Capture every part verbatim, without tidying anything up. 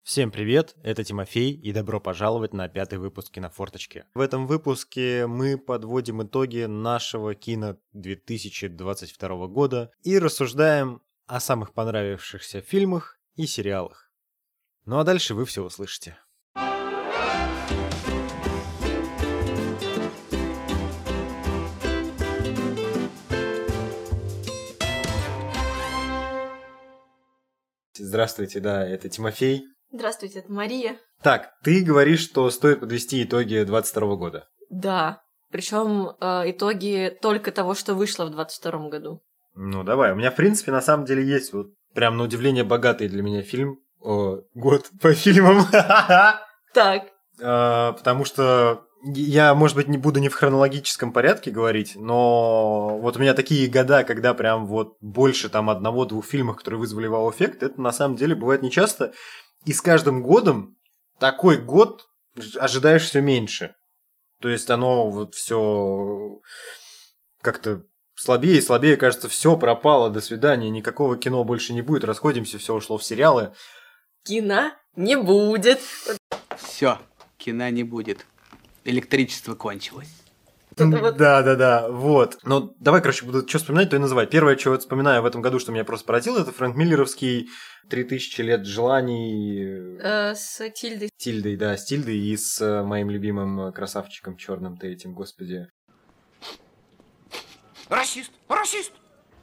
Всем привет, это Тимофей, и добро пожаловать на пятый выпуск «Кинофорточки». В этом выпуске мы подводим итоги нашего кино две тысячи двадцать второго года и рассуждаем о самых понравившихся фильмах и сериалах. Ну а дальше вы все услышите. Здравствуйте, да, это Тимофей. Здравствуйте, это Мария. Так, ты говоришь, что стоит подвести итоги двадцать второго года. Да, причем э, итоги только того, что вышло в двадцать втором году. Ну, давай. У меня, в принципе, на самом деле есть вот прям на удивление богатый для меня фильм. О, год по фильмам. Так. Потому что я, может быть, не буду не в хронологическом порядке говорить, но вот у меня такие года, когда прям вот больше там одного-двух фильмов, которые вызвали вау-эффект, это на самом деле бывает нечасто. И с каждым годом такой год ожидаешь все меньше. То есть оно вот все как-то слабее и слабее, кажется, все пропало, до свидания, никакого кино больше не будет, расходимся, все ушло в сериалы. Кино не будет. Все, кино не будет. Электричество кончилось. Вот. Да, да, да, вот. Ну, давай, короче, буду что вспоминать, то и называть. Первое, что я вспоминаю в этом году, что меня просто поразило, это Фрэнк Миллеровский «Три тысячи лет желаний». Э, с Тильдой. Тильдой, да, с Тильдой и с моим любимым красавчиком черным-то этим, господи. Расист! Расист!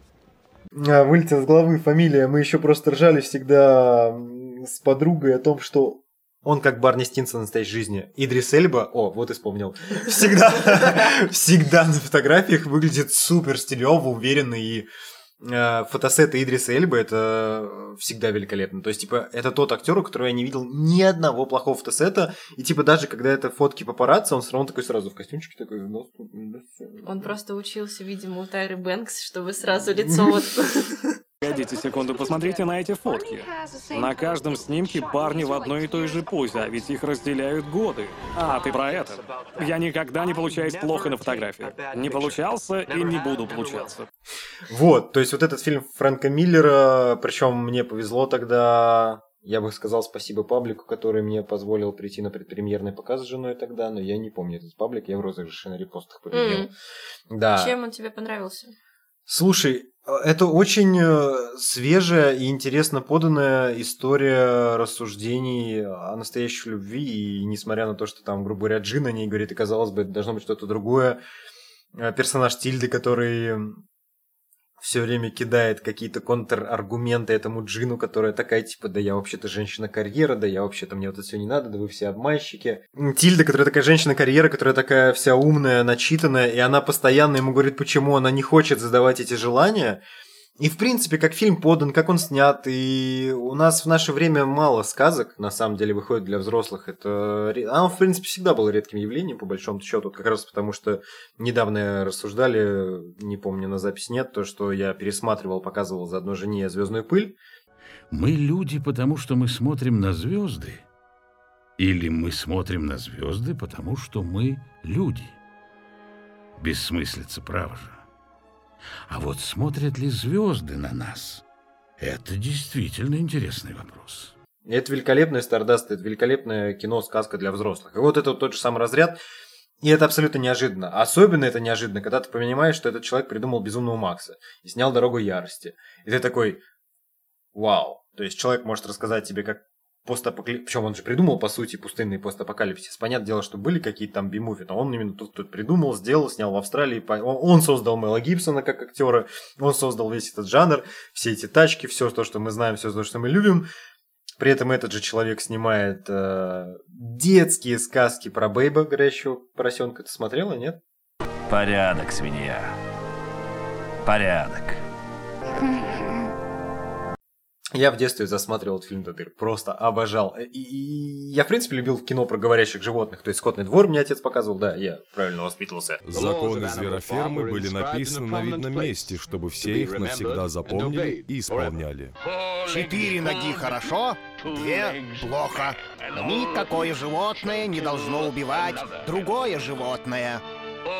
А, вылетела с головы фамилия. Мы еще просто ржали всегда с подругой о том, что он как Барни Стинсон в настоящей жизни. Идрис Эльба, о, вот и вспомнил, всегда, всегда на фотографиях выглядит супер стилёво, уверенно, и э, фотосеты Идриса Эльбы это всегда великолепно. То есть, типа, это тот актер, у которого я не видел ни одного плохого фотосета, и, типа, даже когда это фотки папарацци, он все равно такой сразу в костюмчике такой. Он просто учился, видимо, у Тайры Бэнкс, чтобы сразу лицо вот... Погодите секунду, посмотрите на эти фотки. На каждом снимке парни в одной и той же позе, а ведь их разделяют годы. А, ты про это? Я никогда не получаюсь плохо на фотографии. Не получался и не буду получаться. Вот, то есть вот этот фильм Фрэнка Миллера, причем мне повезло тогда, я бы сказал спасибо паблику, который мне позволил прийти на предпремьерный показ с женой тогда, но я не помню этот паблик, я в розыгрыше на репостах победил. Mm. Да. Чем он тебе понравился? Слушай, это очень свежая и интересно поданная история рассуждений о настоящей любви, и несмотря на то, что там, грубо говоря, Джин о ней говорит, и казалось бы, это должно быть что-то другое, персонаж Тильды, который все время кидает какие-то контраргументы этому Джину, которая такая, типа, да я вообще-то женщина-карьера, да я вообще-то мне вот это все не надо, да вы все обманщики. Тильда, которая такая женщина-карьера, которая такая вся умная, начитанная, и она постоянно ему говорит, почему она не хочет задавать эти желания. И, в принципе, как фильм подан, как он снят, и у нас в наше время мало сказок, на самом деле, выходит для взрослых. Это... Оно, в принципе, всегда было редким явлением, по большому счету, как раз потому, что недавно рассуждали, не помню, на запись нет, то, что я пересматривал, показывал заодно жене «Звездную пыль». Мы люди, потому что мы смотрим на звезды, или мы смотрим на звезды, потому что мы люди? Бессмыслица, право же. А вот смотрят ли звезды на нас? Это действительно интересный вопрос. Это великолепное Стардаст, это великолепное кино, сказка для взрослых. И вот это вот тот же самый разряд. И это абсолютно неожиданно. Особенно это неожиданно, когда ты понимаешь, что этот человек придумал «Безумного Макса» и снял «Дорогу ярости». И ты такой, вау. То есть человек может рассказать тебе, как постапокалипсис... Причем он же придумал, по сути, пустынный постапокалипсис. Понятное дело, что были какие-то там би-муви, но он именно тот, кто придумал, сделал, снял в Австралии. Он создал Мела Гибсона как актера, он создал весь этот жанр, все эти тачки, все то, что мы знаем, все то, что мы любим. При этом этот же человек снимает э, детские сказки про Бэйба, говорящего поросенка. Ты смотрела, нет? Порядок, свинья. Порядок. Я в детстве засматривал этот фильм до дыр, просто обожал. И, и я, в принципе, любил кино про говорящих животных. То есть «Скотный двор» мне отец показывал, да, я правильно воспитывался. Законы зверофермы были написаны на видном месте, чтобы все их навсегда запомнили и исполняли. Четыре ноги хорошо, две плохо. Никакое животное не должно убивать другое животное.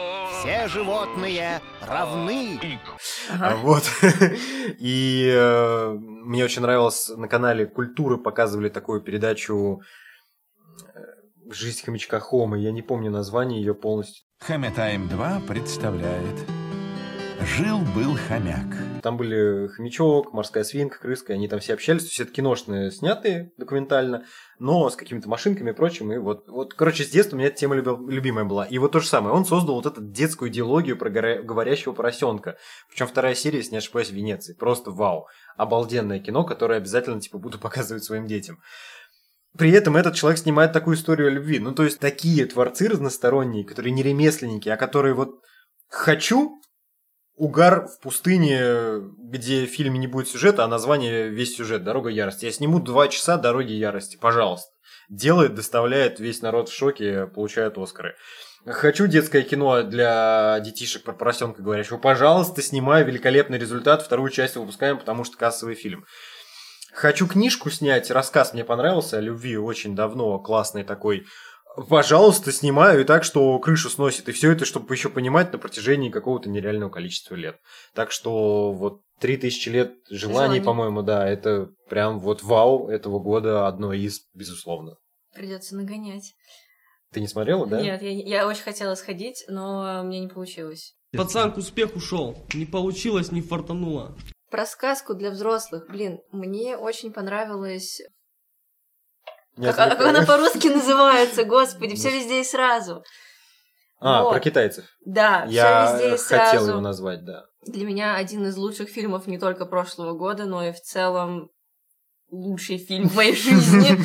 все животные равны. Ага. Вот. И э, мне очень нравилось, на канале Культуры показывали такую передачу «Жизнь хомячка Хомы». Я не помню название ее полностью. Хомятайм два представляет «Жил-был хомяк». Там были хомячок, морская свинка, крыска, они там все общались. То есть это киношные, снятые документально, но с какими-то машинками и прочим. И вот, вот, короче, с детства у меня эта тема любимая была. И вот то же самое. Он создал вот эту детскую идеологию про говорящего поросенка. Причем вторая серия, если не ошибаюсь, в Венеции. Просто вау. Обалденное кино, которое обязательно типа буду показывать своим детям. При этом этот человек снимает такую историю о любви. Ну, то есть такие творцы разносторонние, которые не ремесленники, а которые вот хочу... Угар в пустыне, где в фильме не будет сюжета, а название весь сюжет «Дорога ярости». Я сниму два часа «Дороги ярости», пожалуйста. Делает, доставляет, весь народ в шоке, получает Оскары. Хочу детское кино для детишек про поросенка говорящего. Пожалуйста, снимай, великолепный результат. Вторую часть выпускаем, потому что кассовый фильм. Хочу книжку снять, рассказ мне понравился о любви очень давно, классный такой. Пожалуйста, снимаю и так, что крышу сносит. И все это, чтобы еще понимать, на протяжении какого-то нереального количества лет. Так что вот три тысячи лет желаний, Желание. по-моему, да, это прям вот вау этого года, одно из, безусловно. Придется нагонять. Ты не смотрела, да? Нет, я, я очень хотела сходить, но мне не получилось. Пацан к успеху шел, не получилось, не фартануло. Про сказку для взрослых, блин, мне очень понравилось... Как, а как она по-русски называется, господи, все везде и сразу. А, вот. Про китайцев. Да, я все везде и сразу. Я хотел его назвать, да. Для меня один из лучших фильмов не только прошлого года, но и в целом лучший фильм в моей жизни.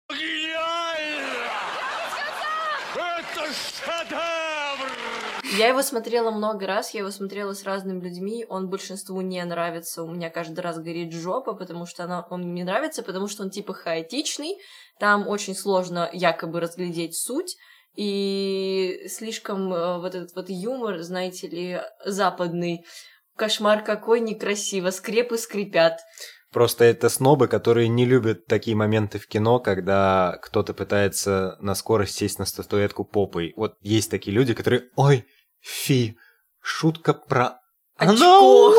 Я его смотрела много раз, я его смотрела с разными людьми, он большинству не нравится, у меня каждый раз горит жопа, потому что она, он мне нравится, потому что он типа хаотичный, там очень сложно якобы разглядеть суть, и слишком э, вот этот вот юмор, знаете ли, западный, кошмар какой, некрасиво, скрепы скрипят. Просто это снобы, которые не любят такие моменты в кино, когда кто-то пытается на скорость сесть на статуэтку попой. Вот есть такие люди, которые... Ой, фи, шутка про... Очко!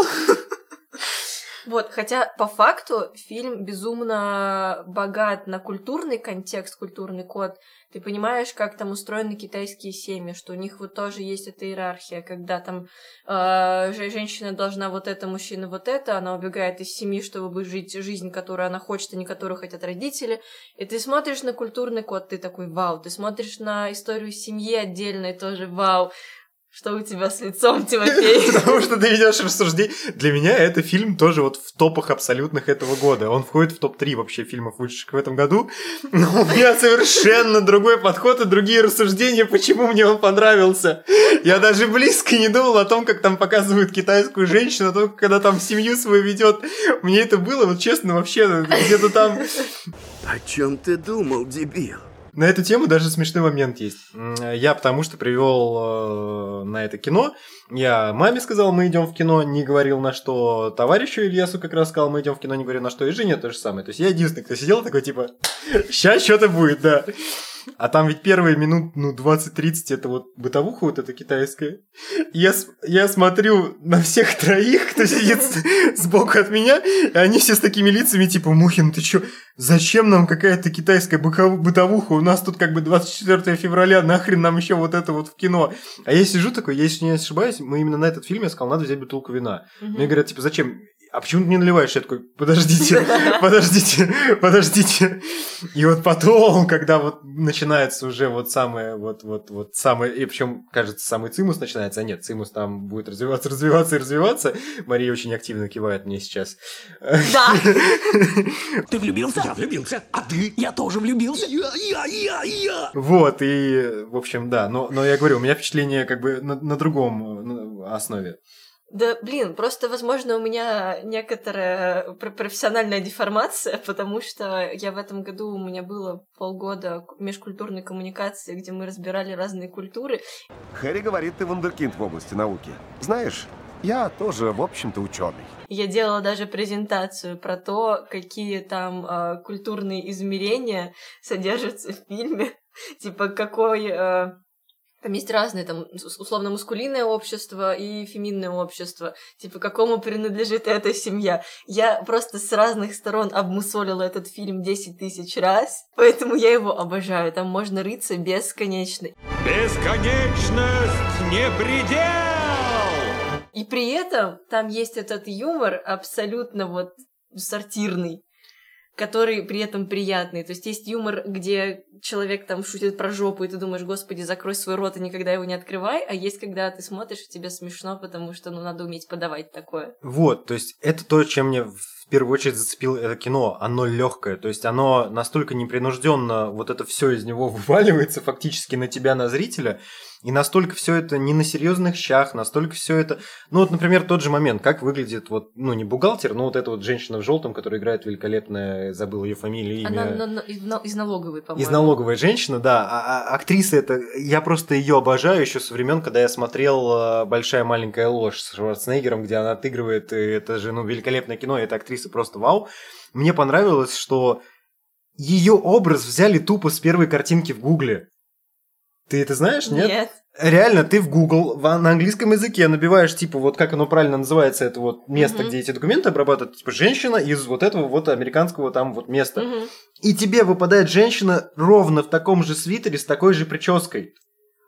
Вот, хотя по факту фильм безумно богат на культурный контекст, культурный код. Ты понимаешь, как там устроены китайские семьи, что у них вот тоже есть эта иерархия, когда там э, женщина должна вот это, мужчина вот это, она убегает из семьи, чтобы жить жизнь, которую она хочет, а не которую хотят родители. И ты смотришь на культурный код, ты такой вау. Ты смотришь на историю семьи отдельно, и тоже вау. Что у тебя с лицом, Тимофей? Потому что ты ведешь рассуждение. Для меня это фильм тоже вот в топах абсолютных этого года. Он входит в топ три вообще фильмов, вышедших в этом году. Но у меня совершенно другой подход и другие рассуждения, почему мне он понравился. Я даже близко не думал о том, как там показывают китайскую женщину, о том, когда там семью свою ведет. Мне это было, вот честно, вообще где-то там... О чем ты думал, дебил? На эту тему даже смешной момент есть. Я потому что привел э, на это кино. Я маме сказал, мы идем в кино, не говорил на что. Товарищу Ильясу как раз сказал, мы идем в кино, не говорил на что. И жене то же самое. То есть я единственный, кто сидел такой, типа, сейчас что-то будет, да. А там ведь первые минут, ну, двадцать-тридцать это вот бытовуха вот эта китайская. И я, я смотрю на всех троих, кто сидит сбоку от меня, и они все с такими лицами, типа, Мухин, ты чё, зачем нам какая-то китайская бытовуха? У нас тут как бы двадцать четвёртого февраля, нахрен нам еще вот это вот в кино? А я сижу такой, я, если не ошибаюсь, мы именно на этот фильм, я сказал, надо взять бутылку вина. Mm-hmm. Мне говорят, типа, зачем? А почему ты не наливаешь? Я такой, подождите, подождите, подождите. И вот потом, когда вот начинается уже вот самое, вот, вот, вот самое, и причем, кажется, самый цимус начинается, а нет, цимус там будет развиваться, развиваться и развиваться. Мария очень активно кивает мне сейчас. Да. Ты влюбился? Я влюбился. А ты? Я тоже влюбился. Я, я, я, я. Вот, и, в общем, да, но, но я говорю, у меня впечатление как бы на, на другом основе. Да, блин, просто, возможно, у меня некоторая профессиональная деформация, потому что я в этом году, у меня было полгода межкультурной коммуникации, где мы разбирали разные культуры. Хэри говорит, ты вундеркинд в области науки. Знаешь, я тоже, в общем-то, ученый. Я делала даже презентацию про то, какие там э, культурные измерения содержатся в фильме. Типа, какой... Э, Там есть разные, там, условно, маскулинное общество и феминное общество. Типа, какому принадлежит эта семья. Я просто с разных сторон обмусолила этот фильм десять тысяч раз, поэтому я его обожаю. Там можно рыться бесконечно. Бесконечность не предел! И при этом там есть этот юмор абсолютно вот сортирный, который при этом приятный. То есть есть юмор, где человек там шутит про жопу, и ты думаешь, господи, закрой свой рот и никогда его не открывай, а есть, когда ты смотришь, и тебе смешно, потому что, ну, надо уметь подавать такое. Вот, то есть это то, чем мне в первую очередь зацепило это кино. Оно легкое, то есть оно настолько непринужденно, вот это все из него вываливается фактически на тебя, на зрителя, и настолько все это не на серьезных щах, настолько все это... Ну вот, например, тот же момент, как выглядит вот, ну не бухгалтер, но вот эта вот женщина в желтом, которая играет великолепно, забыл ее фамилию, имя. Она на, на, из, из налоговой, по-моему. Из налоговой женщина, да. А, а актриса это... Я просто ее обожаю еще со времен, когда я смотрел «Большая маленькая ложь» с Шварценеггером, где она отыгрывает, и это же, ну, великолепное кино, и эта актриса просто вау. Мне понравилось, что ее образ взяли тупо с первой картинки в Гугле. Ты это знаешь, нет? Нет. Реально, ты в Google на английском языке набиваешь, типа, вот как оно правильно называется, это вот место, mm-hmm. где эти документы обрабатывают, типа, женщина из вот этого вот американского там вот места. Mm-hmm. И тебе выпадает женщина ровно в таком же свитере с такой же прической.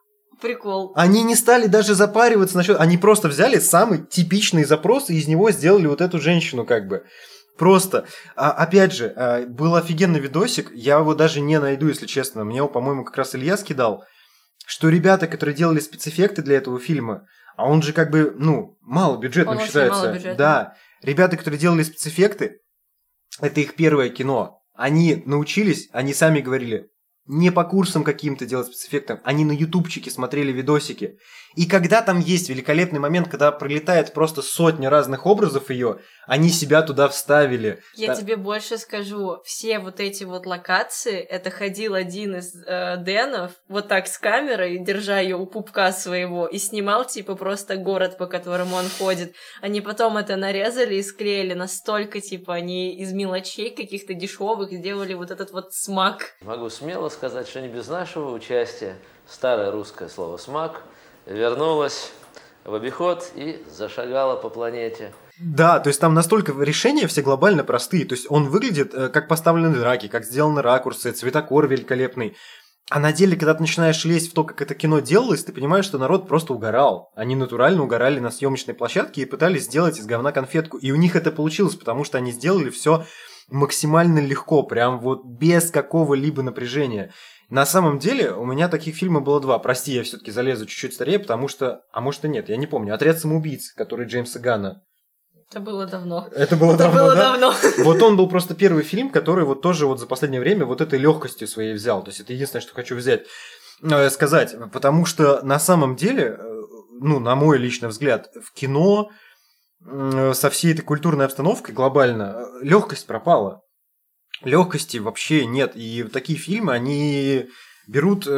Прикол. Они не стали даже запариваться насчет... Они просто взяли самый типичный запрос и из него сделали вот эту женщину как бы. Просто, а, опять же, а, был офигенный видосик, я его даже не найду, если честно. Мне его, по-моему, как раз Илья скидал. Что ребята, которые делали спецэффекты для этого фильма, а он же как бы, ну, малобюджетным считается. Малобюджетным. Да, ребята, которые делали спецэффекты, это их первое кино. Они научились, они сами говорили, не по курсам каким-то делать спецэффектам, они на ютубчике смотрели видосики. И когда там есть великолепный момент, когда пролетает просто сотни разных образов ее, они себя туда вставили. Я да. тебе больше скажу, все вот эти вот локации, это ходил один из э, Дэнов, вот так с камерой, держа ее у пупка своего, и снимал типа просто город, по которому он ходит. Они потом это нарезали и склеили настолько, типа, они из мелочей каких-то дешевых сделали вот этот вот смак. Могу смело сказать, что не без нашего участия старое русское слово «смак» вернулась в обиход и зашагала по планете. Да, то есть там настолько решения все глобально простые. То есть он выглядит, как поставлены драки, как сделаны ракурсы, цветокор великолепный. А на деле, когда ты начинаешь лезть в то, как это кино делалось, ты понимаешь, что народ просто угорал. Они натурально угорали на съемочной площадке и пытались сделать из говна конфетку. И у них это получилось, потому что они сделали все максимально легко, прям вот без какого-либо напряжения. На самом деле, у меня таких фильмов было два. Прости, я все-таки залезу чуть-чуть старее, потому что... А может и нет, я не помню. «Отряд самоубийц», который Джеймса Ганна. Это было давно. Это было это давно, было да? давно. Вот он был просто первый фильм, который вот тоже вот за последнее время вот этой легкостью своей взял. То есть это единственное, что хочу взять, э, сказать. Потому что на самом деле, ну, на мой личный взгляд, в кино э, со всей этой культурной обстановкой глобально легкость пропала. Легкости вообще нет. И такие фильмы, они берут э,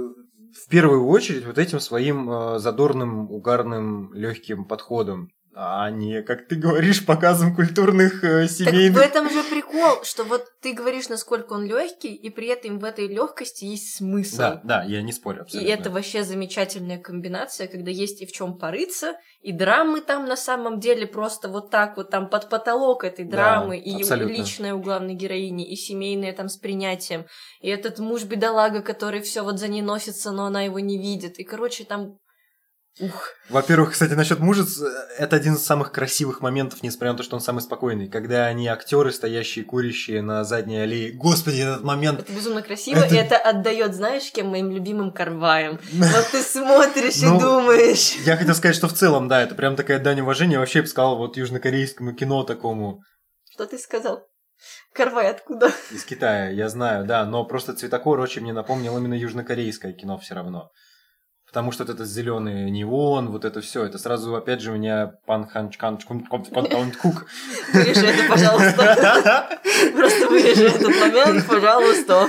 в первую очередь вот этим своим э, задорным, угарным, легким подходом. А не, как ты говоришь, показом культурных э, семейных. Так в этом же прикол, что вот ты говоришь, насколько он легкий, и при этом в этой легкости есть смысл. Да, да, я не спорю абсолютно. И это вообще замечательная комбинация, когда есть и в чем порыться, и драмы там на самом деле просто вот так вот там под потолок этой драмы, да, и абсолютно. Личная у главной героини, и семейная там с принятием, и этот муж-бедолага, который все вот за ней носится, но она его не видит, и, короче, там... Ух. Во-первых, кстати, насчет мужиц, это один из самых красивых моментов, несмотря на то, что он самый спокойный. Когда они актеры, стоящие, курящие на задней аллее. Господи, этот момент. Это безумно красиво, это... и это отдает, знаешь, кем моим любимым Карваем. Вот ты смотришь и думаешь. Я хотел сказать, что в целом, да, это прям такая дань уважения. Вообще, я бы сказал, вот южнокорейскому кино такому. Что ты сказал? Карвай откуда? Из Китая, я знаю, да. Но просто цветокор очень мне напомнил именно южнокорейское кино все равно. Потому что вот этот зеленый неон, вот это все, это сразу, опять же, у меня Пан Хан Чкан Кук. Вырежи это, пожалуйста. Просто вырежи этот момент, пожалуйста.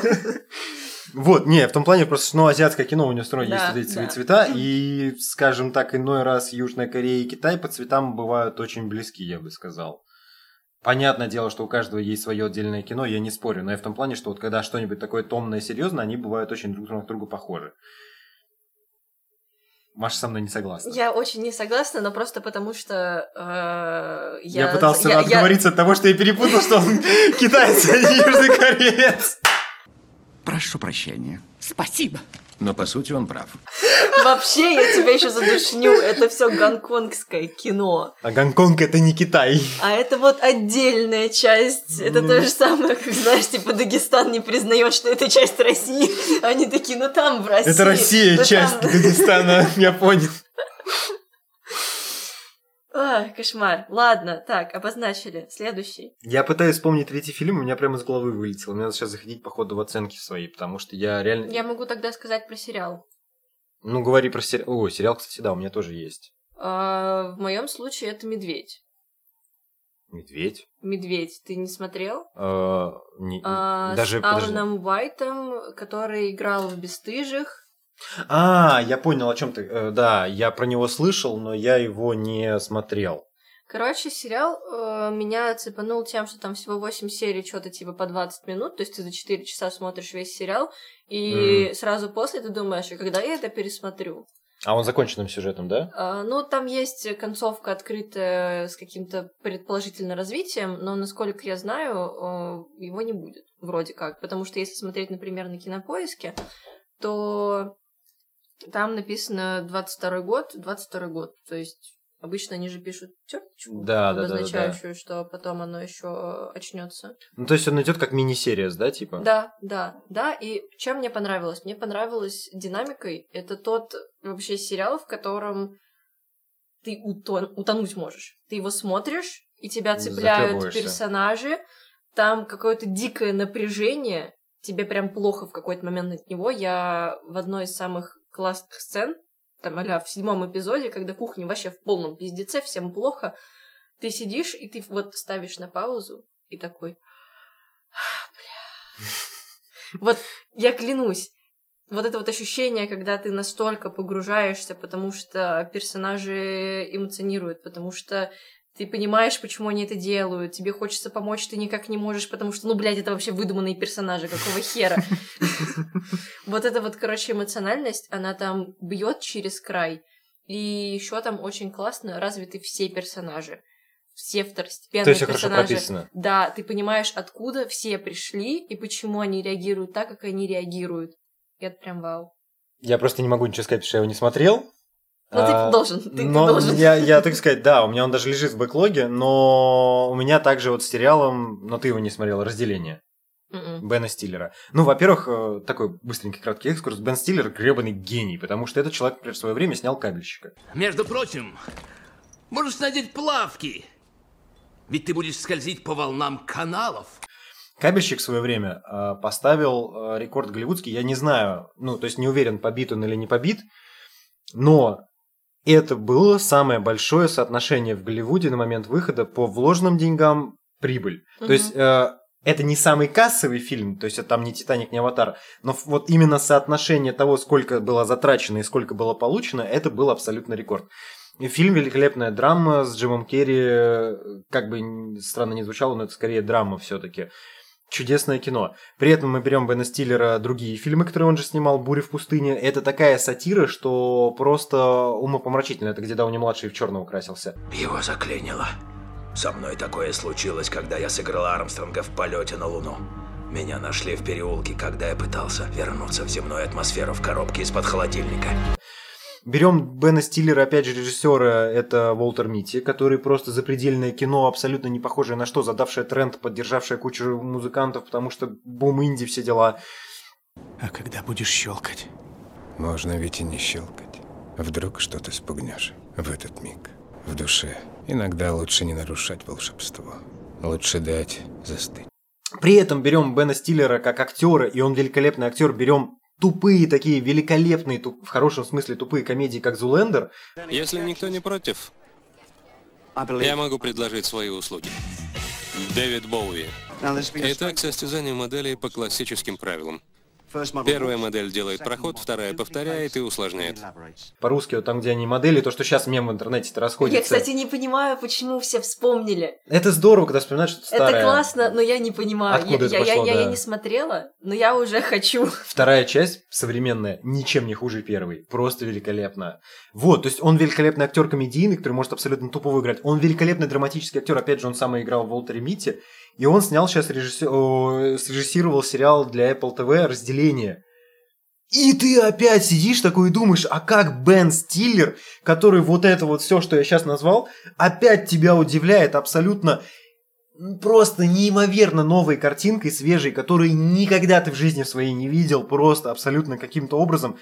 Вот, не, в том плане просто, ну, азиатское кино у него все равно есть вот эти свои цвета, и, скажем так, иной раз Южная Корея и Китай по цветам бывают очень близки, я бы сказал. Понятное дело, что у каждого есть свое отдельное кино, я не спорю, но я в том плане, что вот когда что-нибудь такое томное и серьезное, они бывают очень друг на друга похожи. Маша со мной не согласна. Я очень не согласна, но просто потому что э, я... Я пытался я, отговориться я... от того, что я перепутал, что он китаец, а не южный кореец. Прошу прощения. Спасибо. Но по сути он прав. Вообще, я тебя еще задушню. Это все гонконгское кино. А Гонконг это не Китай. А это вот отдельная часть. Это mm. то же самое, как, знаешь, типа Дагестан не признает, что это часть России. Они такие, ну там в России. Это Россия, ну, часть там... Дагестана, я понял. Ой, кошмар. Ладно, так, обозначили. Следующий. Я пытаюсь вспомнить третий фильм, у меня прямо из головы вылетело. Мне надо сейчас заходить, походу, в оценки свои, потому что я реально... Я могу тогда сказать про сериал. Ну, говори про сериал. О, сериал, кстати, да, у меня тоже есть. А, в моем случае это «Медведь». «Медведь»? «Медведь». Ты не смотрел? А, не, а, даже, с Аланом Уайтом, который играл в «Бесстыжих». А, я понял, о чем ты. Э, да, я про него слышал, но я его не смотрел. Короче, сериал э, меня цепанул тем, что там всего восемь серий, что-то типа по двадцать минут, то есть ты за четыре часа смотришь весь сериал, и mm. сразу после ты думаешь, а когда я это пересмотрю? А он законченным сюжетом, да? Э, ну, там есть концовка открытая с каким-то предположительным развитием, но, насколько я знаю, э, его не будет, вроде как. Потому что если смотреть, например, на Кинопоиске, то... Там написано двадцать второй год, двадцать второй год, то есть обычно они же пишут черточку, да, обозначающую, да, да, да. что потом оно еще очнется. Ну, то есть он идет как мини-серия, да, типа? Да, да, да, и чем мне понравилось? Мне понравилось динамикой, это тот вообще сериал, в котором ты утон- утонуть можешь. Ты его смотришь, и тебя цепляют персонажи, там какое-то дикое напряжение, тебе прям плохо в какой-то момент от него. Я в одной из самых классных сцен, там, а-ля в седьмом эпизоде, когда кухня вообще в полном пиздеце, всем плохо, ты сидишь, и ты вот ставишь на паузу, и такой... Бля... Вот я клянусь, вот это вот ощущение, когда ты настолько погружаешься, потому что персонажи эмоционируют, потому что ты понимаешь, почему они это делают, тебе хочется помочь, ты никак не можешь, потому что, ну, блядь, это вообще выдуманные персонажи, какого хера. Вот эта вот, короче, эмоциональность, она там бьет через край, и еще там очень классно развиты все персонажи. Все второстепенные персонажи. То есть хорошо прописано. Да, ты понимаешь, откуда все пришли, и почему они реагируют так, как они реагируют. И это прям вау. Я просто не могу ничего сказать, потому что я его не смотрел. Ну, а, ты должен, ты, но ты должен. Я, я, так сказать, да, у меня он даже лежит в бэклоге, но у меня также вот с сериалом, но ты его не смотрел, «Разделение». Mm-mm. Бена Стиллера. Ну, во-первых, такой быстренький краткий экскурс. Бен Стиллер гребаный гений, потому что этот человек, например, в свое время снял «Кабельщика». Между прочим, можешь надеть плавки, ведь ты будешь скользить по волнам каналов. «Кабельщик» в свое время э, поставил э, рекорд голливудский, я не знаю, ну, то есть не уверен, побит он или не побит, но это было самое большое соотношение в Голливуде на момент выхода по вложенным деньгам прибыль. Mm-hmm. То есть э, это не самый кассовый фильм, то есть это там не «Титаник», не «Аватар», но вот именно соотношение того, сколько было затрачено и сколько было получено, это был абсолютно рекорд. И фильм великолепная драма с Джимом Керри, как бы странно не звучало, но это скорее драма все-таки. Чудесное кино. При этом мы берем Бена Стиллера другие фильмы, которые он же снимал, «Буря в пустыне». Это такая сатира, что просто умопомрачительно. Это где Дауни-младший в черного красился. Его заклинило. Со мной такое случилось, когда я сыграл Армстронга в полете на Луну. Меня нашли в переулке, когда я пытался вернуться в земную атмосферу в коробке из-под холодильника. Берем Бена Стиллера, опять же, режиссера, это Уолтер Митти, который просто запредельное кино, абсолютно не похожее на что, задавшее тренд, поддержавшее кучу музыкантов, потому что бум инди, все дела. А когда будешь щелкать? Можно ведь и не щелкать. Вдруг что-то спугнешь в этот миг. В душе иногда лучше не нарушать волшебство. Лучше дать застыть. При этом берем Бена Стиллера как актера, и он великолепный актер, берем тупые такие великолепные, туп, в хорошем смысле тупые комедии, как «Зулендер». Если никто не против, я могу предложить свои услуги. Дэвид Боуи. Итак, состязание моделей по классическим правилам. Первая модель делает проход, вторая повторяет и усложняет. По-русски, вот там, где они модели, то, что сейчас мем в интернете-то расходится. Я, кстати, не понимаю, почему все вспомнили. Это здорово, когда вспоминаешь что-то старое. Это классно, но я не понимаю. Откуда я, это я, пошло, я, да. я не смотрела, но я уже хочу. Вторая часть, современная, ничем не хуже первой. Просто великолепно. Вот, то есть он великолепный актер комедийный, который может абсолютно тупово играть. Он великолепный драматический актер. Опять же, он сам играл в Уолтере Митти. И он снял сейчас, режиссер... срежиссировал сериал для Apple ти ви «Разделение». И ты опять сидишь такой и думаешь, а как Бен Стиллер, который вот это вот все, что я сейчас назвал, опять тебя удивляет абсолютно просто неимоверно новой картинкой, свежей, которую никогда ты в жизни своей не видел, просто абсолютно каким-то образом.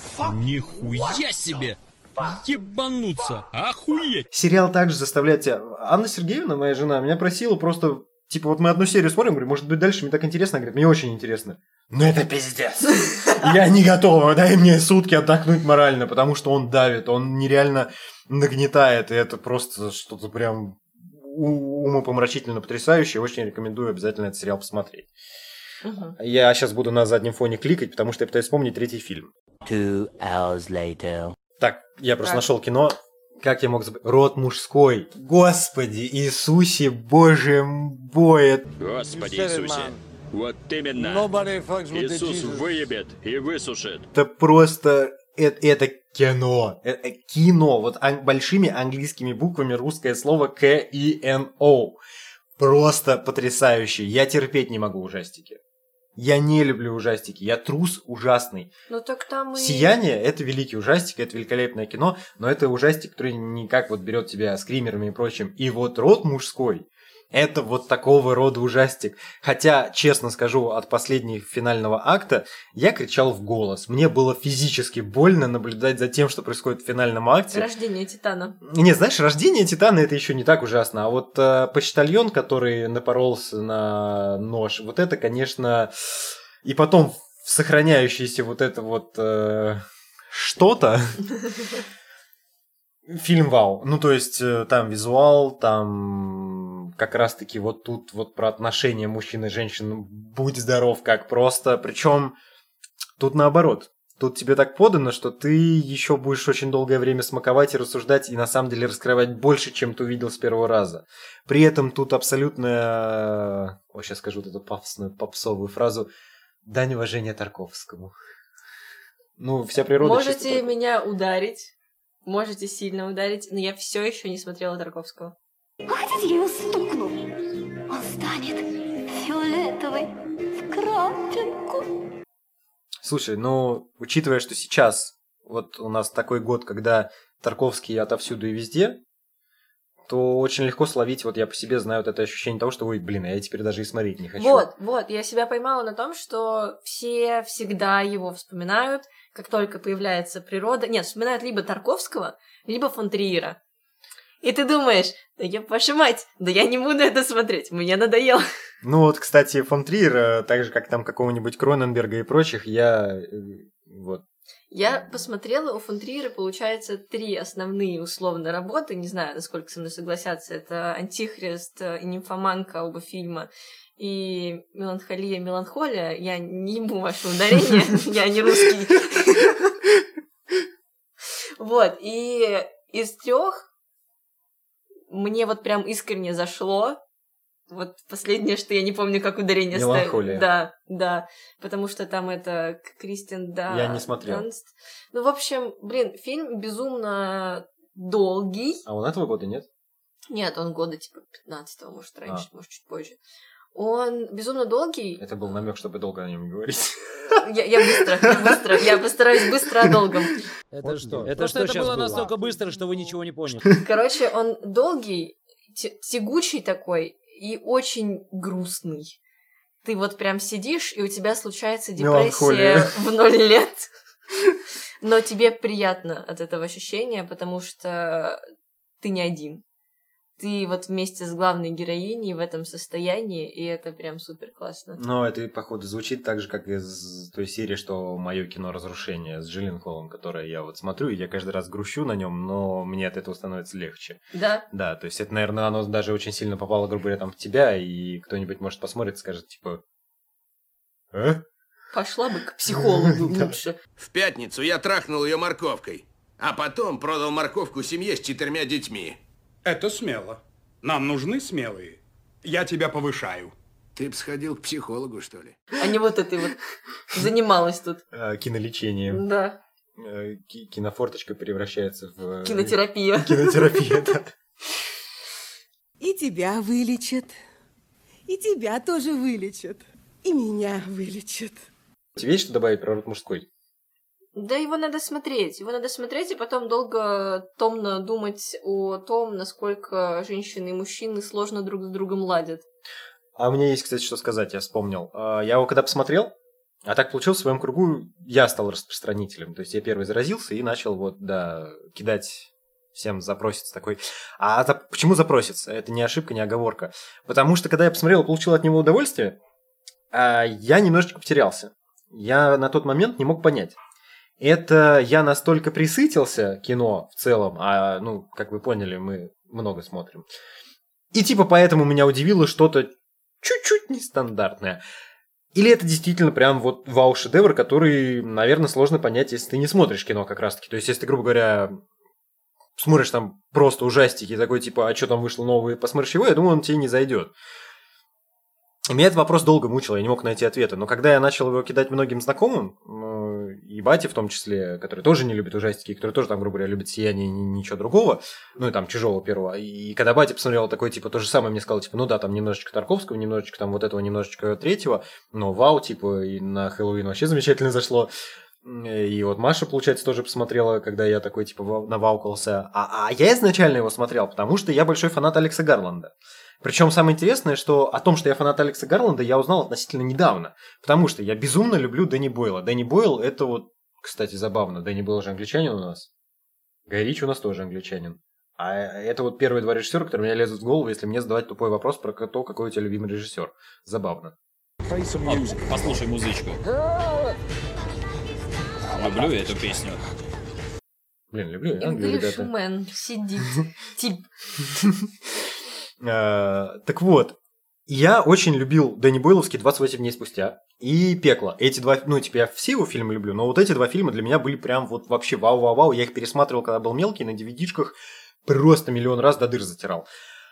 Нихуя себе! Ебануться! Охуеть! Сериал также заставляет тебя... Анна Сергеевна, моя жена, меня просила просто... Типа, вот мы одну серию смотрим, говорю, может быть, дальше мне так интересно. Говорит, мне очень интересно. Но это пиздец. Я не готова, дай мне сутки отдохнуть морально, потому что он давит, он нереально нагнетает, и это просто что-то прям умопомрачительно потрясающее. Очень рекомендую обязательно этот сериал посмотреть. Угу. Я сейчас буду на заднем фоне кликать, потому что я пытаюсь вспомнить третий фильм. Two hours later. Так, я просто так. нашел кино. Как я мог забыть? Род мужской. Господи Иисусе, Боже мой. Господи Иисусе. Вот именно. Иисус выебет и высушит. Это просто... Это, это кино. Это кино. Вот ан- большими английскими буквами русское слово К И Н О. Просто потрясающе. Я терпеть не могу ужастики. Я не люблю ужастики, я трус ужасный. Ну так там и... «Сияние» — это великий ужастик, это великолепное кино, но это ужастик, который никак вот берет тебя скримерами и прочим. И вот «Род мужской» — это вот такого рода ужастик. Хотя, честно скажу, от последнего финального акта я кричал в голос. Мне было физически больно наблюдать за тем, что происходит в финальном акте. Рождение Титана. Не, знаешь, рождение Титана — это еще не так ужасно. А вот э, почтальон, который напоролся на нож, вот это, конечно... И потом сохраняющееся вот это вот э, что-то... Фильм вау. Ну, то есть, там визуал, там как раз-таки вот тут вот про отношения мужчин и женщин, будь здоров, как просто. Причем тут наоборот. Тут тебе так подано, что ты еще будешь очень долгое время смаковать и рассуждать, и на самом деле раскрывать больше, чем ты увидел с первого раза. При этом тут абсолютно... О, сейчас скажу вот эту пафосную, попсовую фразу. Дань уважения Тарковскому. Ну, вся природа... Можете меня ударить. Можете сильно ударить, но я все еще не смотрела Тарковского. Хотите, я его стукну? Он станет фиолетовый в крапинку. Слушай, ну, учитывая, что сейчас вот у нас такой год, когда Тарковский отовсюду и везде, то очень легко словить, вот я по себе знаю вот это ощущение того, что, ой, блин, я теперь даже и смотреть не хочу. Вот, вот, я себя поймала на том, что все всегда его вспоминают, как только появляется природа. Нет, вспоминают либо Тарковского, либо фон Триера. И ты думаешь, да я ваша мать, да я не буду это смотреть, мне надоело. Ну вот, кстати, фон Триер, так же, как там какого-нибудь Кроненберга и прочих, я вот... Я посмотрела, у фон Триера, получается, три основные условно работы, не знаю, насколько со мной согласятся, это «Антихрист» и «Нимфоманка», оба фильма, и «Меланхолия, меланхолия». Я не ебу ваше ударение, я не русский. Вот, и из трех мне вот прям искренне зашло. Вот последнее, что я не помню, как ударение ставить. Меланхолия. Да, да. Потому что там это Кристен, да. Я не смотрел. Данст. Ну, в общем, блин, фильм безумно долгий. А он этого года нет? Нет, он года типа пятнадцатого, может, раньше, а. может, чуть позже. Он безумно долгий. Это был намек, чтобы долго о нем не говорить. Я, я быстро, я быстро, я постараюсь быстро о долгом. Это вот что? Это что это было настолько быстро, что вы ничего не поняли. Короче, он долгий, тягучий такой и очень грустный. Ты вот прям сидишь, и у тебя случается депрессия в ноль лет. Но тебе приятно от этого ощущения, потому что ты не один. Ты вот вместе с главной героиней в этом состоянии, и это прям супер классно. Ну, это, походу, звучит так же, как из той серии, что мое кино «Разрушение» с Джилленхолом, которое я вот смотрю, и я каждый раз грущу на нем, но мне от этого становится легче. Да? Да, то есть это, наверное, оно даже очень сильно попало, грубо говоря, там в тебя, и кто-нибудь, может, посмотрит и скажет, типа... А? Пошла бы к психологу лучше. В пятницу я трахнул ее морковкой, а потом продал морковку семье с четырьмя детьми. Это смело. Нам нужны смелые. Я тебя повышаю. Ты бы сходил к психологу, что ли? А не вот этой вот занималась тут. Кинолечением. Да. Кинофорточка превращается в... Кинотерапия. Кинотерапия, да. И тебя вылечат. И тебя тоже вылечат. И меня вылечат. У тебя есть что добавить про род мужской? Да его надо смотреть. Его надо смотреть и потом долго томно думать о том, насколько женщины и мужчины сложно друг с другом ладят. А у меня есть, кстати, что сказать, я вспомнил. Я его когда посмотрел, а так получилось, в своем кругу я стал распространителем. То есть я первый заразился и начал вот, да, кидать всем запросится такой. А за... почему запросится? Это не ошибка, не оговорка. Потому что, когда я посмотрел и получил от него удовольствие, я немножечко потерялся. Я на тот момент не мог понять. Это я настолько присытился кино в целом, а, ну, как вы поняли, мы много смотрим. И типа поэтому меня удивило что-то чуть-чуть нестандартное. Или это действительно прям вот вау-шедевр, который, наверное, сложно понять, если ты не смотришь кино как раз-таки. То есть, если ты, грубо говоря, смотришь там просто ужастики, такой типа, а что там вышло новое, посмотришь его, я думаю, он тебе не зайдет. И меня этот вопрос долго мучил, я не мог найти ответа. Но когда я начал его кидать многим знакомым, и бате в том числе, который тоже не любит ужастики, который тоже, там, грубо говоря, любит «Сияние» и ничего другого, ну и там «Чужого» первого, и когда батя посмотрел такой, типа, то же самое, мне сказал, типа, ну да, там немножечко Тарковского, немножечко там вот этого, немножечко третьего, но вау, типа, и на Хэллоуин вообще замечательно зашло. И вот Маша, получается, тоже посмотрела, когда я такой, типа, наваукался. А, а я изначально его смотрел, потому что я большой фанат Алекса Гарланда. Причем самое интересное, что о том, что я фанат Алекса Гарланда, я узнал относительно недавно. Потому что я безумно люблю Дэнни Бойла. Дэнни Бойл – это вот, кстати, забавно. Дэнни Бойл же англичанин у нас. Гай Ричи у нас тоже англичанин. А это вот первые два режиссера, которые меня лезут в голову, если мне задавать тупой вопрос про то, какой у тебя любимый режиссер. Забавно. О, послушай музычку. Люблю эту песню. Блин, люблю. English man сидит. Тип. Так вот, я очень любил Дэнни Бойловский «двадцать восемь дней спустя» и «Пекло». Эти два, ну, типа, я все его фильмы люблю, но вот эти два фильма для меня были прям вот вообще вау-вау-вау. Я их пересматривал, когда был мелкий, на ди ви ди-шках, просто миллион раз до дыр затирал.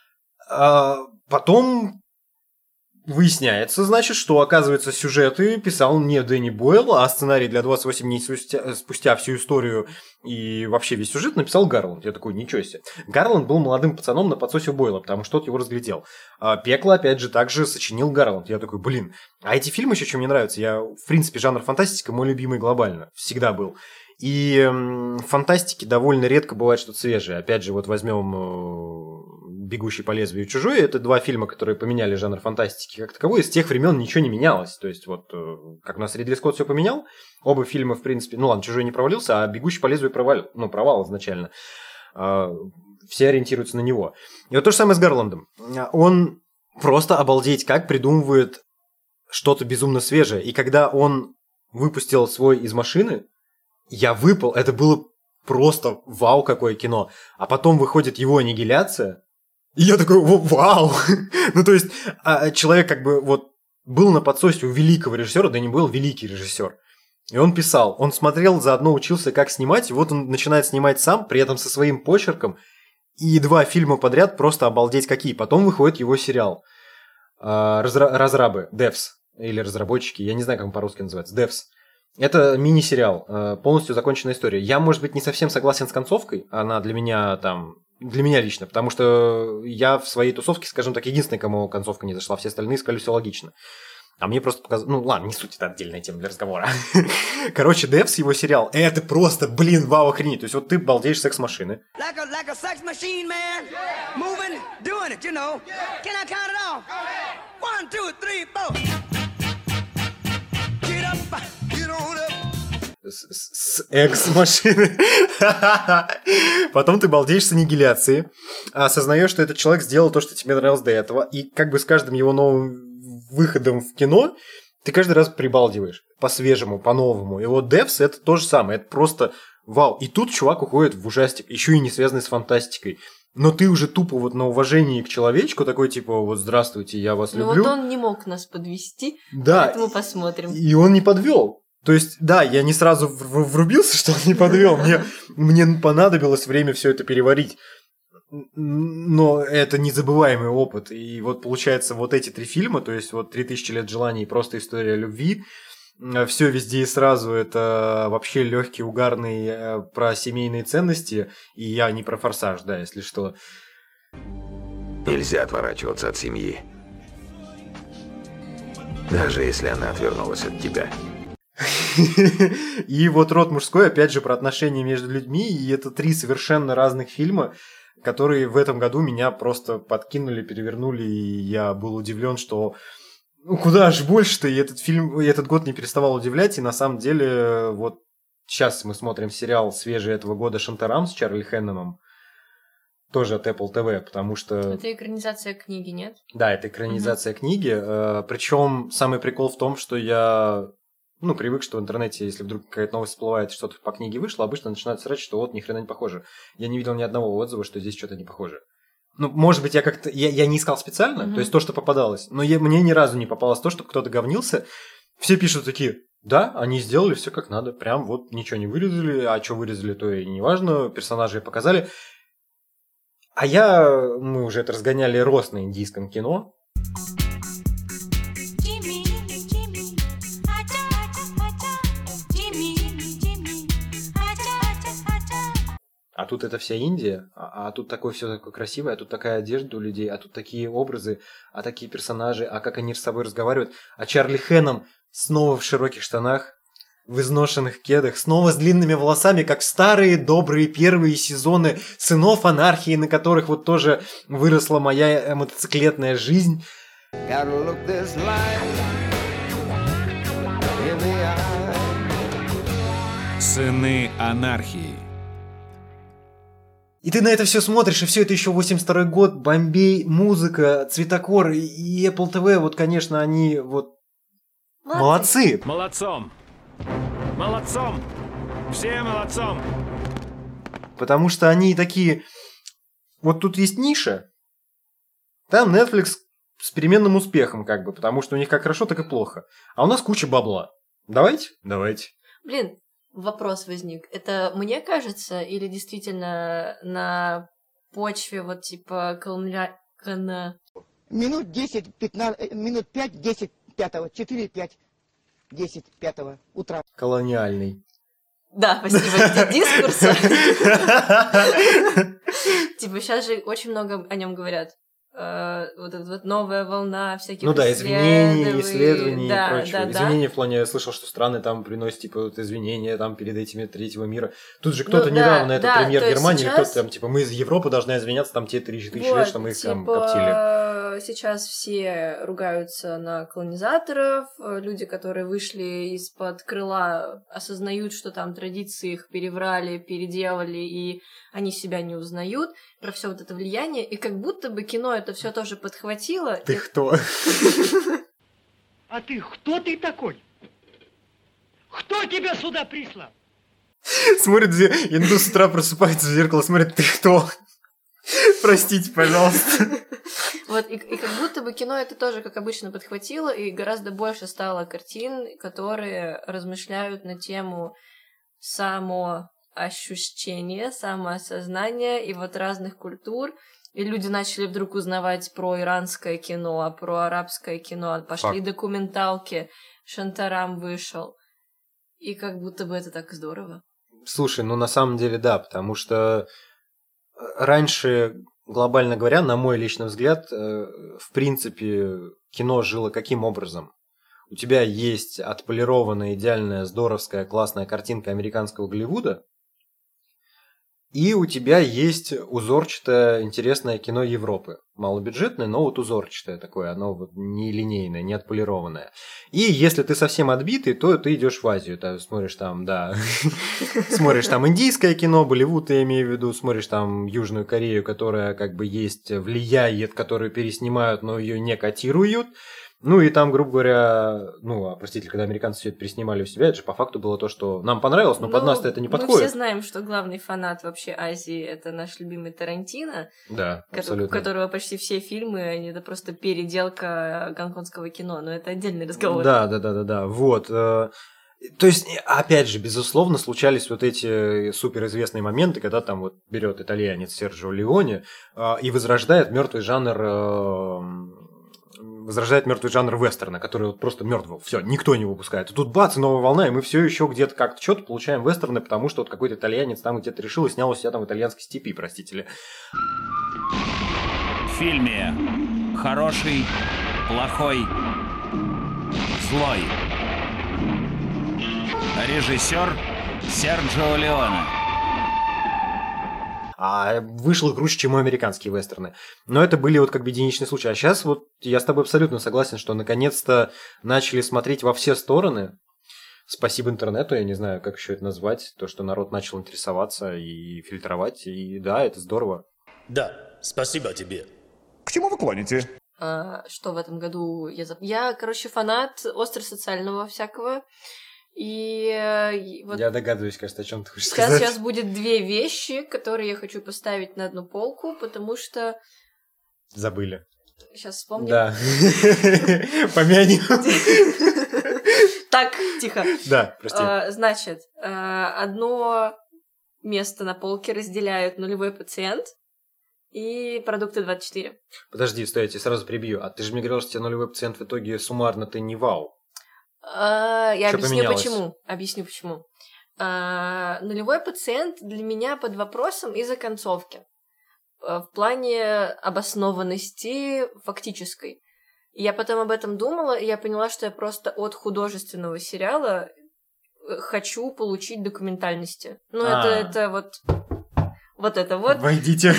А потом выясняется, значит, что, оказывается, сюжеты писал не Дэнни Бойл, а сценарий для двадцать восемь дней спустя, спустя всю историю и вообще весь сюжет написал Гарланд. Я такой, ничего себе. Гарланд был молодым пацаном на подсосе у Бойла, потому что тот его разглядел. А «Пекло», опять же, также сочинил Гарланд. Я такой, блин. А эти фильмы еще, что мне нравится, я, в принципе, жанр фантастика мой любимый глобально. Всегда был. И м, фантастики довольно редко бывает что-то свежее. Опять же, вот возьмем э, «Бегущий по лезвию» и «Чужой». Это два фильма, которые поменяли жанр фантастики как таковой. И с тех времен ничего не менялось. То есть, вот, э, как у нас Ридли Скотт все поменял, оба фильма, в принципе... Ну ладно, «Чужой» не провалился, а «Бегущий по лезвию» провалил. Ну, провал изначально. Э, все ориентируются на него. И вот то же самое с Гарландом. Он просто обалдеть как придумывает что-то безумно свежее. И когда он выпустил свой «Из машины», я выпал, это было просто вау, какое кино. А потом выходит его «Аннигиляция», и я такой, вау! Ну, то есть, человек как бы вот был на подсосе у великого режиссера, да не был великий режиссер. И он писал, он смотрел, заодно учился, как снимать, и вот он начинает снимать сам, при этом со своим почерком, и два фильма подряд просто обалдеть какие. Потом выходит его сериал Разра- «Разрабы», «Devs», или «Разработчики», я не знаю, как он по-русски называется, «Devs». Это мини-сериал, полностью законченная история. Я, может быть, не совсем согласен с концовкой, она для меня там, для меня лично, потому что я в своей тусовке, скажем так, единственный, кому концовка не зашла, все остальные сказали, все логично. А мне просто показалось, ну ладно, не суть, это отдельная тема для разговора. Короче, Devs, его сериал, это просто, блин, вау, охренеть. То есть вот ты балдеешь секс-машины. Like a, like a sex machine, man. Moving, doing it, you know. Can I count it off? One, two, three, four. Get up. С экс-машины. Потом ты балдеешь с «Аннигиляции», осознаешь, что этот человек сделал то, что тебе нравилось до этого, и как бы с каждым его новым выходом в кино ты каждый раз прибалдиваешь по-свежему, по-новому. И вот Devs — это то же самое, это просто вау. И тут чувак уходит в ужастик, еще и не связанный с фантастикой. но ты уже тупо вот на уважении к человечку такой, типа, вот здравствуйте, я вас ну, люблю. Ну вот он не мог нас подвести, да, поэтому посмотрим. И он не подвел. То есть, да, я не сразу врубился, что он не подвел. Мне, мне понадобилось время все это переварить. Но это незабываемый опыт. И вот получается, вот эти три фильма, то есть вот «Три тысячи лет желаний» и «Просто история любви», все везде и сразу, это вообще легкий, угарный про семейные ценности, и я не про «Форсаж», да, если что. Нельзя отворачиваться от семьи, даже если она отвернулась от тебя. И вот «Род мужской», опять же, про отношения между людьми, и это три совершенно разных фильма, которые в этом году меня просто подкинули, перевернули, и я был удивлен, что ну куда ж больше-то, и этот фильм, и этот год не переставал удивлять, и на самом деле вот сейчас мы смотрим сериал свежий этого года «Шантарам» с Чарли Хэннемом, тоже от Apple ти ви, потому что... Это экранизация книги, нет? Да, это экранизация угу. книги, причем самый прикол в том, что я... Ну, привык, что в интернете, если вдруг какая-то новость всплывает, что-то по книге вышло, обычно начинают срать, что вот ни хрена не похоже. Я не видел ни одного отзыва, что здесь что-то не похоже. Ну, может быть, я как-то... Я, я не искал специально, mm-hmm. то есть то, что попадалось. Но я, мне ни разу не попалось то, чтобы кто-то говнился. Все пишут такие, да, они сделали все как надо. Прям вот ничего не вырезали, а что вырезали, то и не важно. Персонажей показали. А я... Мы уже это разгоняли рост на индийском кино. А тут это вся Индия, а, а тут такое все такое красивое, а тут такая одежда у людей, а тут такие образы, а такие персонажи, а как они с собой разговаривают. А Чарли Хэннем снова в широких штанах, в изношенных кедах, снова с длинными волосами, как в старые добрые первые сезоны «Сынов анархии», на которых вот тоже выросла моя мотоциклетная жизнь. «Сыны анархии». И ты на это все смотришь, и все это еще восемьдесят второй год, Бомбей, музыка, Цветокор и Apple ти ви, вот, конечно, они вот молодцы. Молодцом. Молодцом. Все молодцом. Потому что они такие... Вот тут есть ниша, там Netflix с переменным успехом, как бы, потому что у них как хорошо, так и плохо. А у нас куча бабла. Давайте? Давайте. Блин, вопрос возник. Это мне кажется, или действительно на почве вот типа колония... Минут десять, пятнадцать, минут пять, десять, пятого, четыре, пять, десять, пятого утра. Колониальный. Да, спасибо, дискурса. Типа сейчас же очень много о нем говорят. Вот эта вот новая волна всяких ну да, извинений, исследований да, и прочего. Да, извинения да. в плане, я слышал, что страны там приносят типа вот извинения там перед этими третьего мира. Тут же кто-то ну, недавно, да, это да, премьер Германии, сейчас... или кто-то там, типа, мы из Европы должны извиняться там те три тысячи вот, лет, что мы их типа, там коптили. Сейчас все ругаются на колонизаторов, люди, которые вышли из-под крыла, осознают, что там традиции их переврали, переделали, и они себя не узнают, про все вот это влияние, и как будто бы кино это все тоже подхватило. Ты и... кто? А ты кто ты такой? Кто тебя сюда прислал? Смотрит, индус с утра просыпается в зеркало, смотрит, ты кто? Простите, пожалуйста. Вот, и, и как будто бы кино это тоже, как обычно, подхватило, и гораздо больше стало картин, которые размышляют на тему самоощущения, самоосознания и вот разных культур. И люди начали вдруг узнавать про иранское кино, про арабское кино, пошли Факт. Документалки, Шантарам вышел. И как будто бы это так здорово. Слушай, ну на самом деле да, потому что раньше, глобально говоря, на мой личный взгляд, в принципе, кино жило каким образом? У тебя есть отполированная, идеальная, здоровская, классная картинка американского Голливуда, и у тебя есть узорчатое, интересное кино Европы. Малобюджетное, но вот узорчатое такое, оно вот не линейное, не отполированное. И если ты совсем отбитый, то ты идешь в Азию, ты смотришь там, да, смотришь там индийское кино, Болливуд, я имею в виду, смотришь там Южную Корею, которая как бы есть, влияет, которую переснимают, но ее не котируют. Ну и там, грубо говоря, ну, а, простите, когда американцы все это переснимали у себя, это же по факту было то, что нам понравилось, но ну, под нас-то это не подходит. Мы все знаем, что главный фанат вообще Азии — это наш любимый Тарантино, да, абсолютно. У которого почти все фильмы, они это просто переделка гонконгского кино, но это отдельный разговор. Да, да, да, да, да, вот. То есть, опять же, безусловно, случались вот эти суперизвестные моменты, когда там вот берет итальянец Серджио Леоне и возрождает мертвый жанр... возрождает мертвый жанр вестерна, который вот просто мертвый. Все, никто не выпускает. И тут бац, новая волна, и мы все еще где-то как-то что-то получаем вестерны, потому что вот какой-то итальянец там где-то решил и снял у себя там в итальянской степи, простите ли. В фильме «Хороший, плохой, злой». Режиссер Серджио Леоне. А вышел круче, чем у американские вестерны. Но это были вот как бы единичные случаи. А сейчас вот я с тобой абсолютно согласен, что наконец-то начали смотреть во все стороны. Спасибо интернету, я не знаю, как еще это назвать. То, что народ начал интересоваться и фильтровать. И да, это здорово. Да, спасибо тебе. К чему вы клоните? А, что в этом году я... Я, короче, фанат остросоциального всякого. И вот я догадываюсь, кажется, о чем ты хочешь сейчас, сказать. Сейчас будет две вещи, которые я хочу поставить на одну полку, потому что... Забыли. Сейчас вспомним. Да. Помянем. Так, тихо. Да, прости. Значит, одно место на полке разделяют «Нулевой пациент» и «Продукты двадцать четыре». Подожди, стой, я тебя сразу прибью. А ты же мне говорил, что тебе «Нулевой пациент» в итоге суммарно ты не вау. Uh, я Что объясню поменялось? почему. Объясню почему. Uh, нулевой пациент для меня под вопросом из-за концовки. Uh, в плане обоснованности фактической. Я потом об этом думала, и я поняла, что я просто от художественного сериала хочу получить документальности. Ну, это, это вот... Вот это вот. Войдите.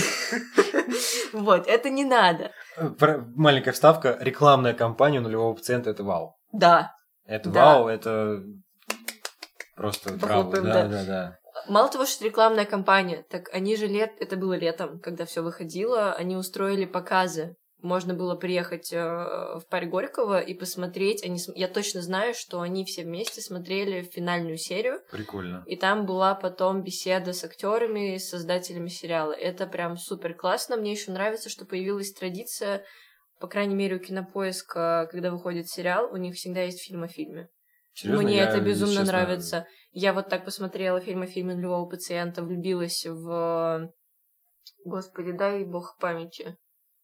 Вот, это не надо. Маленькая вставка. Рекламная кампания «Нулевого пациента» — это вау. Да. Это да. вау, это просто браво, да, да, да, да. Мало того, что рекламная кампания, так они же лет, это было летом, когда все выходило, они устроили показы. Можно было приехать э, в парк Горького и посмотреть. Они, я точно знаю, что они все вместе смотрели финальную серию. Прикольно. И там была потом беседа с актерами, с создателями сериала. Это прям супер классно. Мне еще нравится, что появилась традиция. По крайней мере, у Кинопоиска, когда выходит сериал, у них всегда есть фильм о фильме. Серьезно? Мне я, это безумно честно... нравится. Я вот так посмотрела фильм о фильме «Нулевого пациента», влюбилась в... Господи, дай бог памяти.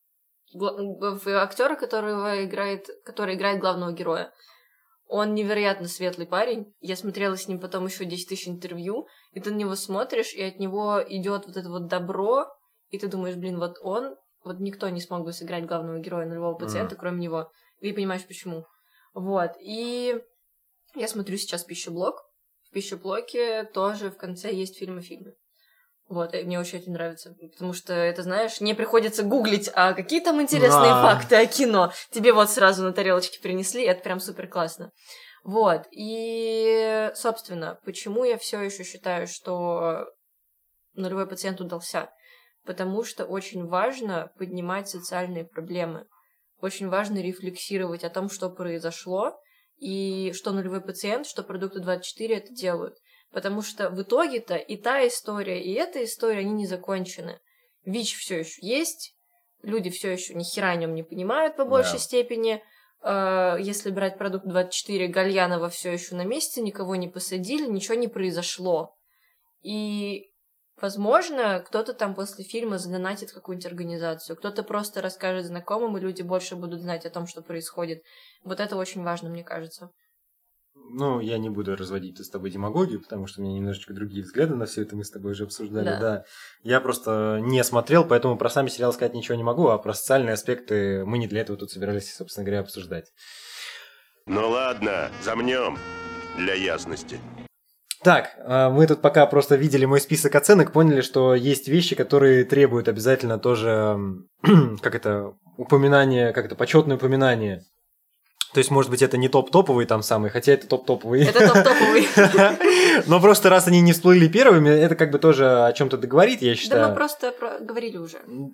В актера, которого играет... который играет главного героя. Он невероятно светлый парень. Я смотрела с ним потом еще десять тысяч интервью, и ты на него смотришь, и от него идет вот это вот добро, и ты думаешь, блин, вот он... Вот никто не смог бы сыграть главного героя «Нулевого пациента», mm. кроме него. И понимаешь, почему. Вот. И я смотрю сейчас «Пищеблок». В «Пищеблоке» тоже в конце есть фильм о фильме. Вот. И мне очень это нравится. Потому что это, знаешь, не приходится гуглить, а какие там интересные ah. факты о кино. Тебе вот сразу на тарелочке принесли. Это прям супер классно. Вот. И, собственно, почему я все еще считаю, что «Нулевой пациент» удался? Потому что очень важно поднимать социальные проблемы. Очень важно рефлексировать о том, что произошло, и что «Нулевой пациент», что «Продукты двадцать четыре» это делают. Потому что в итоге-то и та история, и эта история, они не закончены. ВИЧ все еще есть, люди все еще ни хера о нем не понимают по большей yeah. степени. Если брать «Продукт двадцать четыре», Гальянова все еще на месте, никого не посадили, ничего не произошло. И... Возможно, кто-то там после фильма задонатит какую-нибудь организацию, кто-то просто расскажет знакомым, и люди больше будут знать о том, что происходит. Вот это очень важно, мне кажется. Ну, я не буду разводить с тобой демагогию, потому что у меня немножечко другие взгляды на все это, мы с тобой уже обсуждали, да. да. Я просто не смотрел, поэтому про сами сериалы сказать ничего не могу, а про социальные аспекты мы не для этого тут собирались, собственно говоря, обсуждать. Ну ладно, замнем для ясности. Так, мы тут пока просто видели мой список оценок, поняли, что есть вещи, которые требуют обязательно тоже, как это, упоминание, как это, почетное упоминание. То есть, может быть, это не топ-топовый там самый, хотя это топ-топовый. Это топ-топовый. Но просто раз они не всплыли первыми, это как бы тоже о чем-то договорит, я считаю. Да мы просто говорили уже.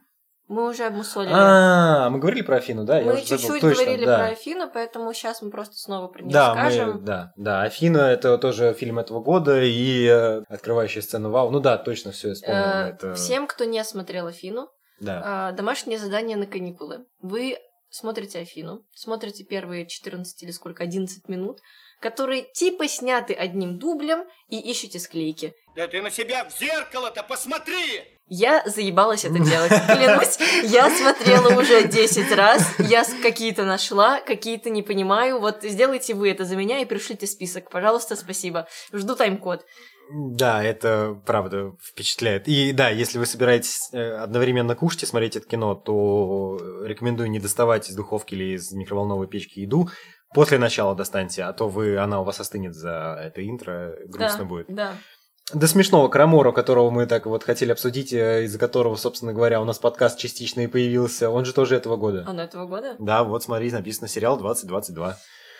Мы уже обмусолили. А, мы говорили про Афину, да? Мы чуть-чуть говорили про Афину, поэтому сейчас мы просто снова про нее скажем. Да, да. Афина — это тоже фильм этого года и открывающая сцена «Вау». Ну да, точно, все я вспомнил. Всем, кто не смотрел Афину, домашнее задание на каникулы. Вы смотрите Афину, смотрите первые четырнадцать или сколько, одиннадцать минут, которые типа сняты одним дублем, и ищете склейки. Да ты на себя в зеркало-то посмотри! Я заебалась это делать, клянусь. Я смотрела уже десять раз, я какие-то нашла, какие-то не понимаю. Вот сделайте вы это за меня и пришлите список. Пожалуйста, спасибо. Жду тайм-код. Да, это правда впечатляет. И да, если вы собираетесь одновременно кушать и смотреть это кино, то рекомендую не доставать из духовки или из микроволновой печки еду. После начала достаньте, а то вы, она у вас остынет за это интро, грустно да, будет. Да. До смешного Карамора, которого мы так вот хотели обсудить, из-за которого, собственно говоря, у нас подкаст частично и появился, он же тоже этого года. Он этого года? Да, вот смотри, написано сериал двадцать двадцать два.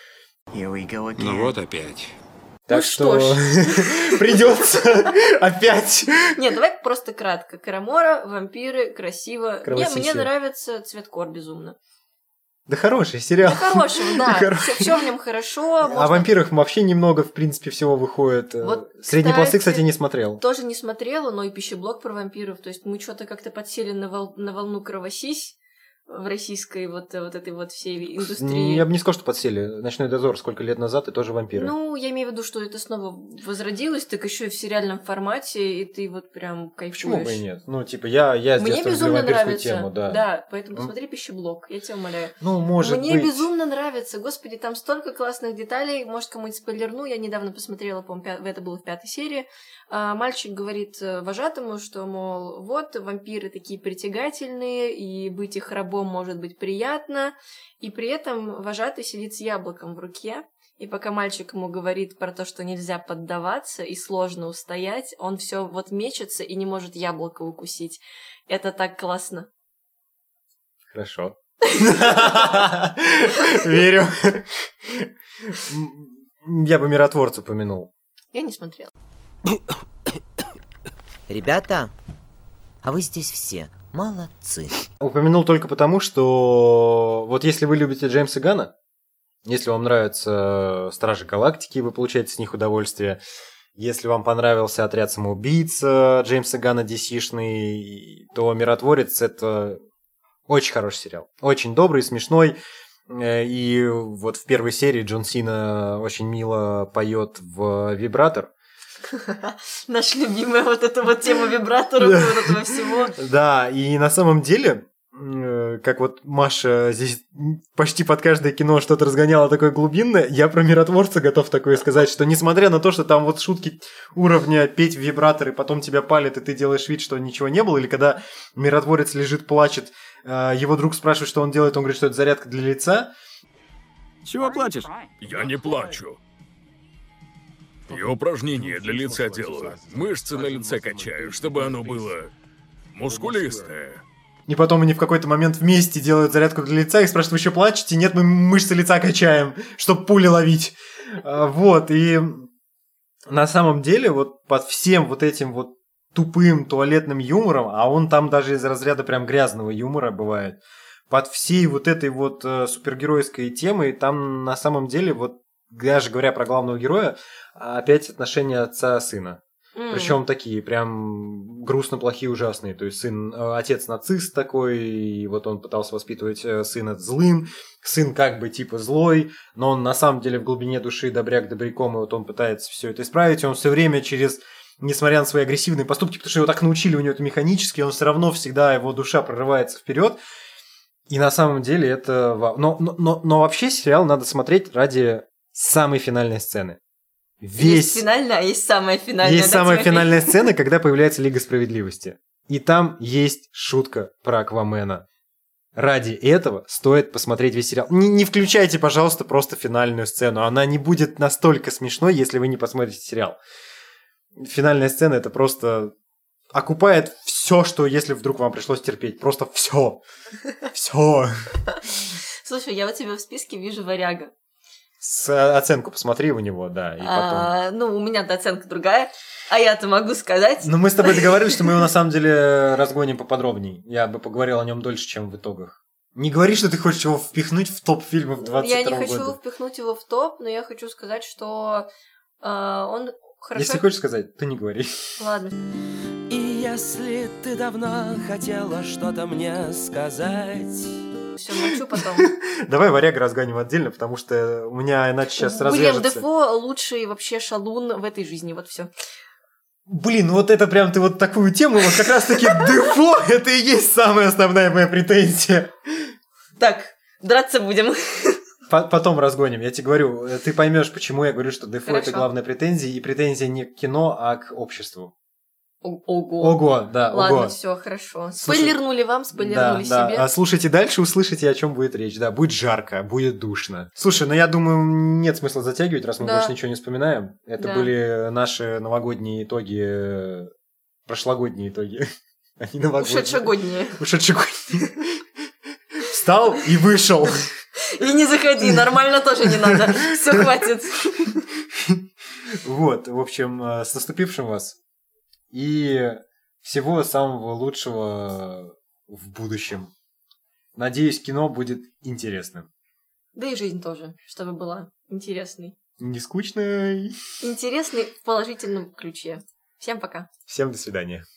Ну вот опять. Так ну что, что придется опять. Нет, давай просто кратко. Карамора, вампиры, красиво. Мне, мне нравится Цветкор безумно. Да хороший сериал. Да хороший, да. Все, все в нем хорошо. Можно... О вампирах вообще немного, в принципе, всего выходит. Вот, Средние кстати, пласты, кстати, не смотрел. Тоже не смотрела, но и пищеблог про вампиров. То есть мы что-то как-то подсели на, вол... на волну кровосись в российской вот, вот этой вот всей индустрии. Я бы не сказал, что подсели. «Ночной дозор» сколько лет назад, и тоже вампиры. Ну, я имею в виду, что это снова возродилось, так еще и в сериальном формате, и ты вот прям кайфуешь. Почему бы и нет? Ну, типа, я, я с Мне детства безумно люблю вампирскую нравится. тему, да. Да, поэтому посмотри пищеблог, я тебя умоляю. Ну, может Мне быть. Мне безумно нравится. Господи, там столько классных деталей. Может, кому-нибудь спойлерну. Я недавно посмотрела, по-моему, это было в пятой серии. А, мальчик говорит вожатому, что, мол, вот, вампиры такие притягательные, и быть их рабом может быть приятно. И при этом вожатый сидит с яблоком в руке. И пока мальчик ему говорит про то, что нельзя поддаваться и сложно устоять, он все вот мечется и не может яблоко укусить. Это так классно. Хорошо. Верю. Я бы «Миротворца» упомянул. Я не смотрела. Ребята, а вы здесь все молодцы. Упомянул только потому, что вот если вы любите Джеймса Ганна, если вам нравятся «Стражи Галактики», вы получаете с них удовольствие. Если вам понравился «Отряд самоубийц» Джеймса Ганна ди си-шный, то «Миротворец» — это очень хороший сериал. Очень добрый, смешной. И вот в первой серии Джон Сина очень мило поет в вибратор. Наш любимый вот эту вот тему вибраторов, вот этого всего. Да, и на самом деле, как вот Маша здесь почти под каждое кино что-то разгоняла такое глубинное, я про «Миротворца» готов такое сказать, что несмотря на то, что там вот шутки уровня петь в вибратор и потом тебя палит, и ты делаешь вид, что ничего не было, или когда миротворец лежит, плачет, его друг спрашивает, что он делает, он говорит, что это зарядка для лица. Чего плачешь? Я не плачу. Я упражнения для лица делаю. Мышцы на лице качаю, чтобы оно было мускулистое. И потом они в какой-то момент вместе делают зарядку для лица и спрашивают, вы еще плачете? Нет, мы мышцы лица качаем, чтобы пули ловить. Вот, и на самом деле вот под всем вот этим вот тупым туалетным юмором, а он там даже из разряда прям грязного юмора бывает, под всей вот этой вот супергеройской темой там на самом деле вот, даже говоря про главного героя, опять отношения отца-сына. Mm. Причем такие прям грустно плохие, ужасные. То есть сын, отец нацист такой, и вот он пытался воспитывать сына злым, сын как бы типа злой, но он на самом деле в глубине души добряк добряком, и вот он пытается все это исправить, и он все время через, несмотря на свои агрессивные поступки, потому что его так научили, у него это механически, он все равно всегда, его душа прорывается вперед. И на самом деле это... Но, но, но, но вообще сериал надо смотреть ради самой финальной сцены. Весь... Есть финальная, а есть самая финальная. Есть да, самая финальная сцена, когда появляется Лига Справедливости. И там есть шутка про Аквамена. Ради этого стоит посмотреть весь сериал. Не, не включайте, пожалуйста, просто финальную сцену. Она не будет настолько смешной, если вы не посмотрите сериал. Финальная сцена — это просто окупает все, что если вдруг вам пришлось терпеть. Просто все. Все. Слушай, я у тебя в списке вижу «Варяга». С оценку посмотри у него, да, и потом... А, ну, у меня-то оценка другая, а я-то могу сказать. Ну, мы с тобой договорились, что мы его на самом деле разгоним поподробнее. Я бы поговорил о нем дольше, чем в итогах. Не говори, что ты хочешь его впихнуть в топ фильмов двадцать второго года. Я не хочу впихнуть его в топ, но я хочу сказать, что э, он хорошо... Если хочешь сказать, то не говори. Ладно. И если ты давно хотела что-то мне сказать... Все, молчу потом. Давай «Варяга» разгоним отдельно, потому что у меня иначе сейчас развяжется. Уильям Дефо лучший вообще шалун в этой жизни, вот все. Блин, вот это прям ты вот такую тему, вот как раз-таки Дефо, это и есть самая основная моя претензия. Так, драться будем. Потом разгоним, я тебе говорю, ты поймешь, почему я говорю, что Дефо это главная претензия, и претензия не к кино, а к обществу. Ого. Ого, да, Ладно, ого. все, хорошо. Спойлернули вам, спойлернули да, себе. Да. А слушайте дальше, услышите, о чем будет речь. Да, будет жарко, будет душно. Слушай, ну я думаю, нет смысла затягивать, раз мы да. больше ничего не вспоминаем. Это да. были наши новогодние итоги, прошлогодние итоги. Они новогодние. Ушедшегодние. Ушедшегодние. Встал и вышел. И не заходи, нормально тоже не надо. Все, хватит. Вот, в общем, с наступившим вас. И всего самого лучшего в будущем. Надеюсь, кино будет интересным. Да и жизнь тоже, чтобы была интересной. Не скучной. Интересной в положительном ключе. Всем пока. Всем до свидания.